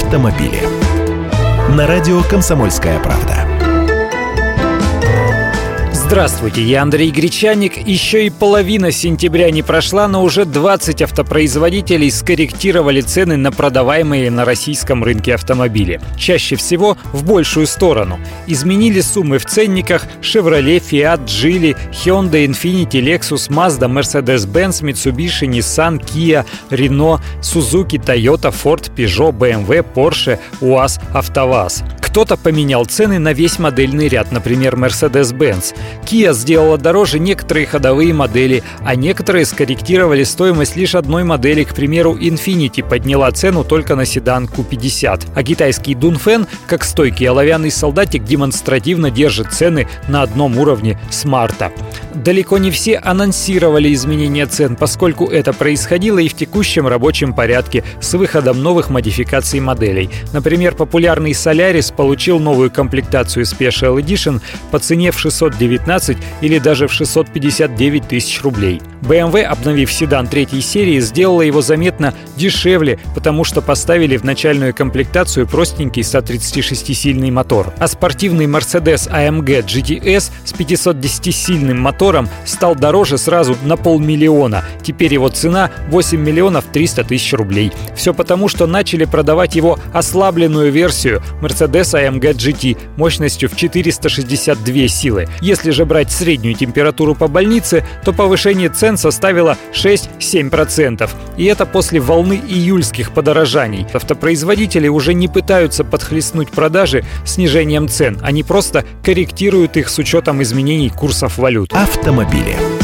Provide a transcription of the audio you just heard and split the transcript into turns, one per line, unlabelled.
автомобили. На радио «Комсомольская правда».
Здравствуйте, я Андрей Гречаник. Еще и половина сентября не прошла, но уже 20 автопроизводителей скорректировали цены на продаваемые на российском рынке автомобили. Чаще всего в большую сторону. Изменили суммы в ценниках Chevrolet, Fiat, Geely, Hyundai, Infiniti, Lexus, Mazda, Mercedes-Benz, Mitsubishi, Nissan, Kia, Renault, Suzuki, Toyota, Ford, Peugeot, BMW, Porsche, УАЗ, АвтоВАЗ. Кто-то поменял цены на весь модельный ряд, например, Mercedes-Benz. Kia сделала дороже некоторые ходовые модели, а некоторые скорректировали стоимость лишь одной модели. К примеру, Infiniti подняла цену только на седан Q50. А китайский Dongfeng, как стойкий оловянный солдатик, демонстративно держит цены на одном уровне с марта. Далеко не все анонсировали изменения цен, поскольку это происходило и в текущем рабочем порядке с выходом новых модификаций моделей. Например, популярный Solaris получил новую комплектацию Special Edition по цене в 619 или даже в 659 тысяч рублей. BMW, обновив седан третьей серии, сделала его заметно дешевле, потому что поставили в начальную комплектацию простенький 136-сильный мотор. А спортивный Mercedes AMG GTS с 510-сильным мотором стал дороже сразу на 500 000. Теперь его цена 8 300 000 рублей. Все потому, что начали продавать его ослабленную версию Mercedes AMG GT мощностью в 462 силы. Если же брать среднюю температуру по больнице, то повышение цен составило 6-7%. И это после волны июльских подорожаний. Автопроизводители уже не пытаются подхлестнуть продажи снижением цен. Они просто корректируют их с учетом изменений курсов валют.
Автомобили.